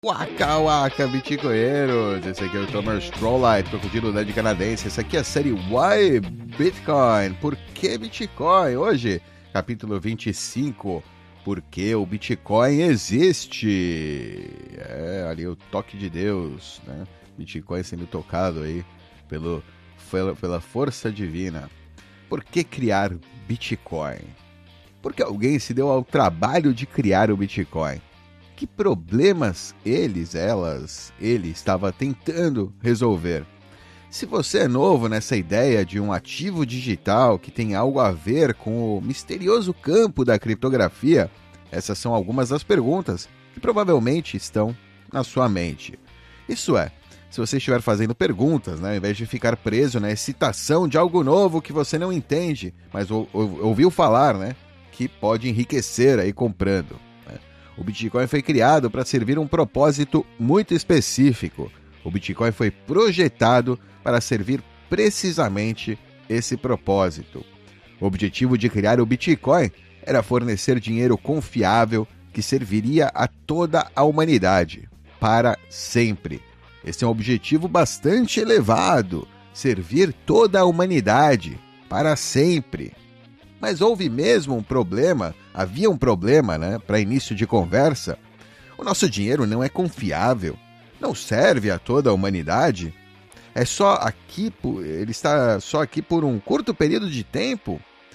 Waka Waka Bitcoinheiros, esse aqui é o Thomas Trollite, crocodilo nerd canadense. Essa aqui é a série Why Bitcoin? Por que Bitcoin? Hoje, capítulo 25, por que o Bitcoin existe? Ali o toque de Deus, né? Bitcoin sendo tocado aí pela força divina. Por que criar Bitcoin? Porque alguém se deu ao trabalho de criar o Bitcoin. Que problemas ele estava tentando resolver? Se você é novo nessa ideia de um ativo digital que tem algo a ver com o misterioso campo da criptografia, essas são algumas das perguntas que provavelmente estão na sua mente. Isso é, se você estiver fazendo perguntas, né, ao invés de ficar preso na excitação de algo novo que você não entende, mas ouviu falar, né, que pode enriquecer aí comprando. O Bitcoin foi criado para servir um propósito muito específico. O Bitcoin foi projetado para servir precisamente esse propósito. O objetivo de criar o Bitcoin era fornecer dinheiro confiável que serviria a toda a humanidade, para sempre. Esse é um objetivo bastante elevado, servir toda a humanidade, para sempre. Mas houve mesmo um problema, havia um problema, né, para início de conversa. O nosso dinheiro não é confiável, não serve a toda a humanidade. Ele está só aqui por um curto período de tempo?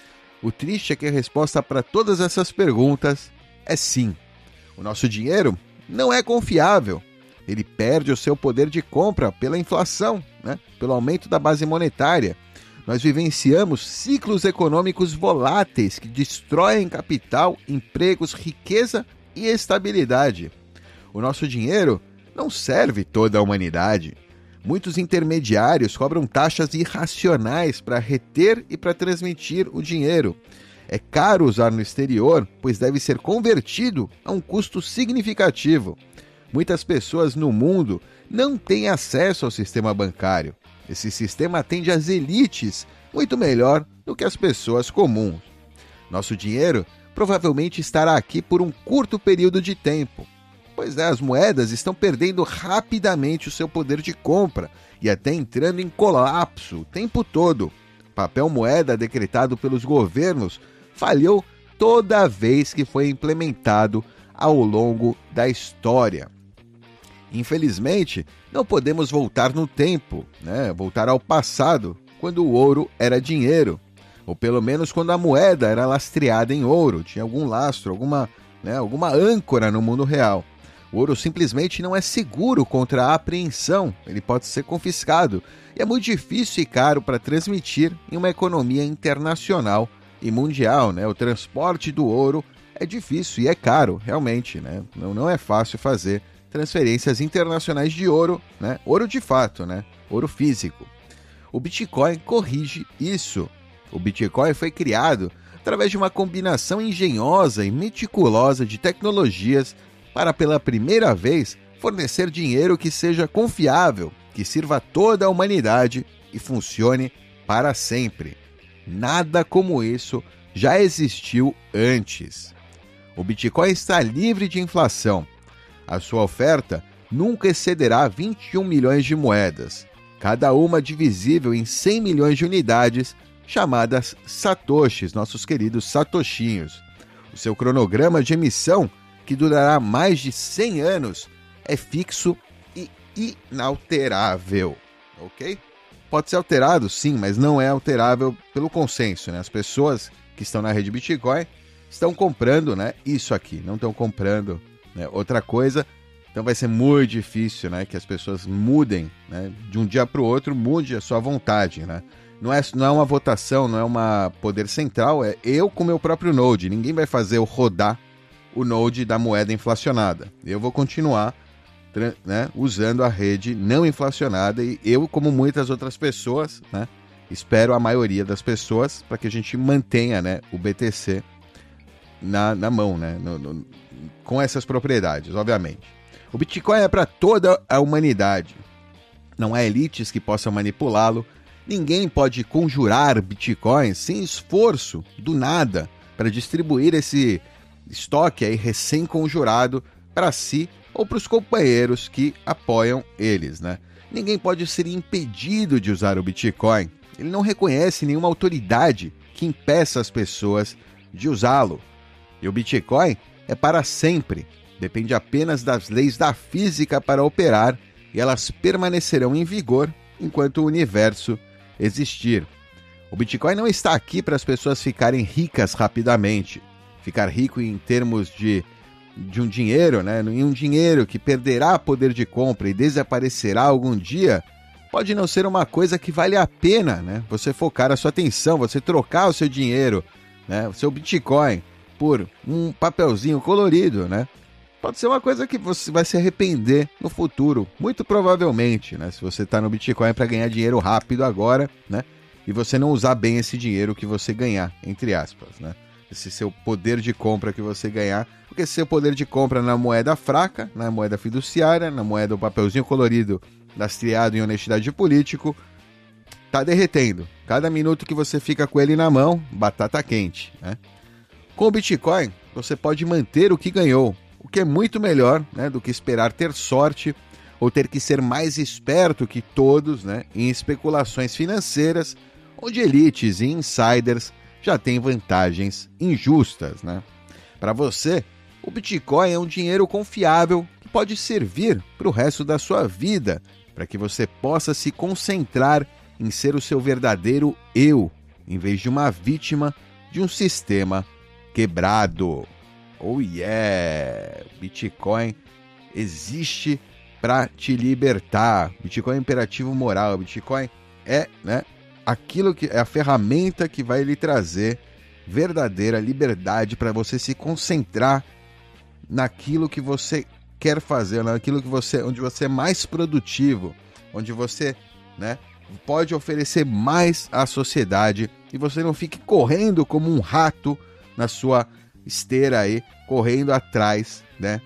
O triste é que a resposta para todas essas perguntas é sim. O nosso dinheiro não é confiável. Ele perde o seu poder de compra pela inflação, né, pelo aumento da base monetária. Nós vivenciamos ciclos econômicos voláteis que destroem capital, empregos, riqueza e estabilidade. O nosso dinheiro não serve toda a humanidade. Muitos intermediários cobram taxas irracionais para reter e para transmitir o dinheiro. É caro usar no exterior, pois deve ser convertido a um custo significativo. Muitas pessoas no mundo não têm acesso ao sistema bancário. Esse sistema atende às elites muito melhor do que as pessoas comuns. Nosso dinheiro provavelmente estará aqui por um curto período de tempo, pois as moedas estão perdendo rapidamente o seu poder de compra e até entrando em colapso o tempo todo. O papel moeda decretado pelos governos falhou toda vez que foi implementado ao longo da história. Infelizmente, não podemos voltar no tempo, né? Voltar ao passado, quando o ouro era dinheiro, ou pelo menos quando a moeda era lastreada em ouro, tinha algum lastro, alguma âncora no mundo real. O ouro simplesmente não é seguro contra a apreensão, ele pode ser confiscado, e é muito difícil e caro para transmitir em uma economia internacional e mundial, né? O transporte do ouro é difícil e é caro, realmente, né? Não é fácil fazer transferências internacionais de ouro, né? Ouro de fato, né? Ouro físico. O Bitcoin corrige isso. O Bitcoin foi criado através de uma combinação engenhosa e meticulosa de tecnologias para, pela primeira vez, fornecer dinheiro que seja confiável, que sirva a toda a humanidade e funcione para sempre. Nada como isso já existiu antes. O Bitcoin está livre de inflação. A sua oferta nunca excederá 21 milhões de moedas, cada uma divisível em 100 milhões de unidades, chamadas satoshis, nossos queridos satoshinhos. O seu cronograma de emissão, que durará mais de 100 anos, é fixo e inalterável, ok? Pode ser alterado, sim, mas não é alterável pelo consenso, né? As pessoas que estão na rede Bitcoin estão comprando, né, isso aqui, não estão comprando, né, outra coisa. Então vai ser muito difícil, né, que as pessoas mudem, né, de um dia para o outro, mude a sua vontade, né? Não é uma votação, não é uma poder central, é eu com meu próprio Node. Ninguém vai fazer eu rodar o Node da moeda inflacionada. Eu vou continuar, né, usando a rede não inflacionada e eu, como muitas outras pessoas, né, espero a maioria das pessoas para que a gente mantenha, né, o BTC na mão, né, com essas propriedades, obviamente. O Bitcoin é para toda a humanidade. Não há elites que possam manipulá-lo. Ninguém pode conjurar Bitcoin sem esforço, do nada, para distribuir esse estoque aí recém-conjurado para si ou para os companheiros que apoiam eles, né? Ninguém pode ser impedido de usar o Bitcoin. Ele não reconhece nenhuma autoridade que impeça as pessoas de usá-lo. E o Bitcoin é para sempre. Depende apenas das leis da física para operar e elas permanecerão em vigor enquanto o universo existir. O Bitcoin não está aqui para as pessoas ficarem ricas rapidamente. Ficar rico em termos de um dinheiro, né? Em um dinheiro que perderá poder de compra e desaparecerá algum dia, pode não ser uma coisa que vale a pena, né? Você focar a sua atenção, você trocar o seu dinheiro, né? O seu Bitcoin por um papelzinho colorido, né? Pode ser uma coisa que você vai se arrepender no futuro, muito provavelmente, né? Se você está no Bitcoin para ganhar dinheiro rápido agora, né? E você não usar bem esse dinheiro que você ganhar, entre aspas, né? Esse seu poder de compra que você ganhar, porque esse seu poder de compra na moeda fraca, na moeda fiduciária, na moeda do papelzinho colorido lastreado em honestidade de político, tá derretendo. Cada minuto que você fica com ele na mão, batata quente, né? Com o Bitcoin, você pode manter o que ganhou, o que é muito melhor, né, do que esperar ter sorte ou ter que ser mais esperto que todos, né, em especulações financeiras, onde elites e insiders já têm vantagens injustas, né? Para você, o Bitcoin é um dinheiro confiável que pode servir para o resto da sua vida, para que você possa se concentrar em ser o seu verdadeiro eu, em vez de uma vítima de um sistema quebrado. Oh yeah! Bitcoin existe para te libertar. Bitcoin é imperativo moral. Bitcoin é, né, aquilo que é a ferramenta que vai lhe trazer verdadeira liberdade para você se concentrar naquilo que você quer fazer, naquilo que onde você é mais produtivo, onde você, né, pode oferecer mais à sociedade e você não fique correndo como um rato na sua esteira aí, correndo atrás, né,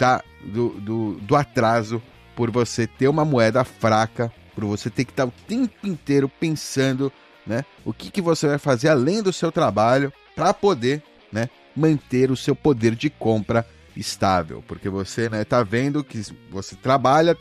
do atraso por você ter uma moeda fraca, por você ter que estar o tempo inteiro pensando, né, o que você vai fazer além do seu trabalho para poder, né, manter o seu poder de compra estável. Porque você, né, tá vendo que você trabalha,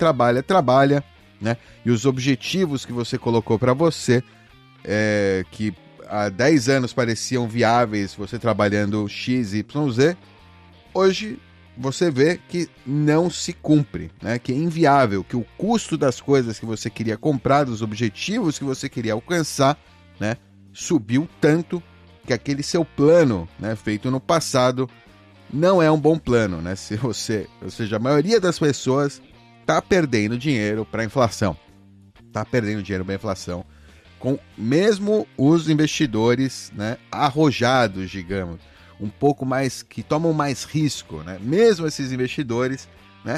né, e os objetivos que você colocou para você, que há 10 anos pareciam viáveis, você trabalhando X, Y, Z, hoje você vê que não se cumpre, né? Que é inviável, que o custo das coisas que você queria comprar, dos objetivos que você queria alcançar, né, subiu tanto que aquele seu plano, né, feito no passado não é um bom plano, né? Ou seja, a maioria das pessoas está perdendo dinheiro para a inflação. Está perdendo dinheiro para a inflação. Com mesmo os investidores, né, arrojados, digamos, um pouco mais, que tomam mais risco, né? Mesmo esses investidores, né,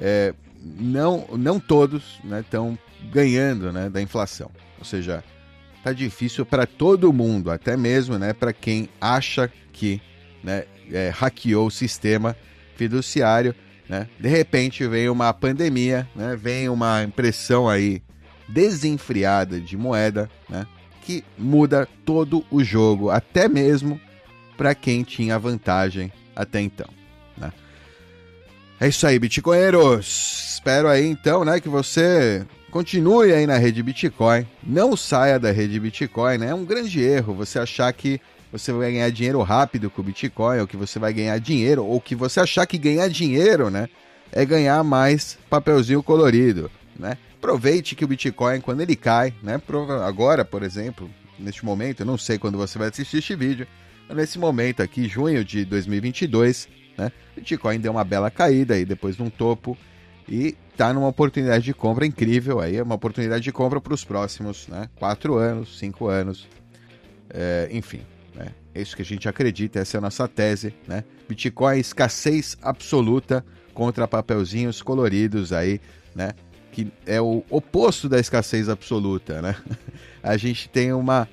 não todos, né, estão ganhando, né, da inflação. Ou seja, tá difícil para todo mundo, até mesmo, né, para quem acha que, né, hackeou o sistema fiduciário, né? De repente vem uma pandemia, né, vem uma impressão aí desenfreada de moeda, né, que muda todo o jogo, até mesmo para quem tinha vantagem até então, né? É isso aí, bitcoinheiros. Espero aí então, né, que você continue aí na rede Bitcoin, não saia da rede Bitcoin, né? É um grande erro você achar que você vai ganhar dinheiro rápido com o Bitcoin, ou que você vai ganhar dinheiro, ou que você achar que ganhar dinheiro, né, é ganhar mais papelzinho colorido, né? Aproveite que o Bitcoin, quando ele cai, né, agora, por exemplo, neste momento, eu não sei quando você vai assistir este vídeo, mas nesse momento aqui, junho de 2022, né, o Bitcoin deu uma bela caída aí depois de um topo e está numa oportunidade de compra incrível, aí é uma oportunidade de compra para os próximos, né, 4 anos, 5 anos, enfim, né, é isso que a gente acredita, essa é a nossa tese, né? Bitcoin, escassez absoluta contra papelzinhos coloridos aí, né, que é o oposto da escassez absoluta, né? A gente tem uma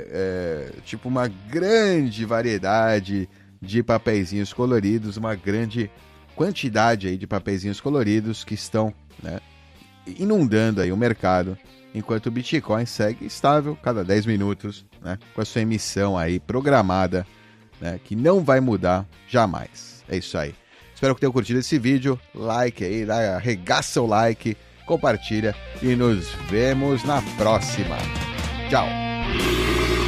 grande variedade de papeizinhos coloridos, uma grande quantidade aí de papeizinhos coloridos que estão, né, inundando aí o mercado, enquanto o Bitcoin segue estável cada 10 minutos, né, com a sua emissão aí programada, né, que não vai mudar jamais. É isso aí. Espero que tenham curtido esse vídeo. Like aí, arregaça o like, compartilha e nos vemos na próxima. Tchau!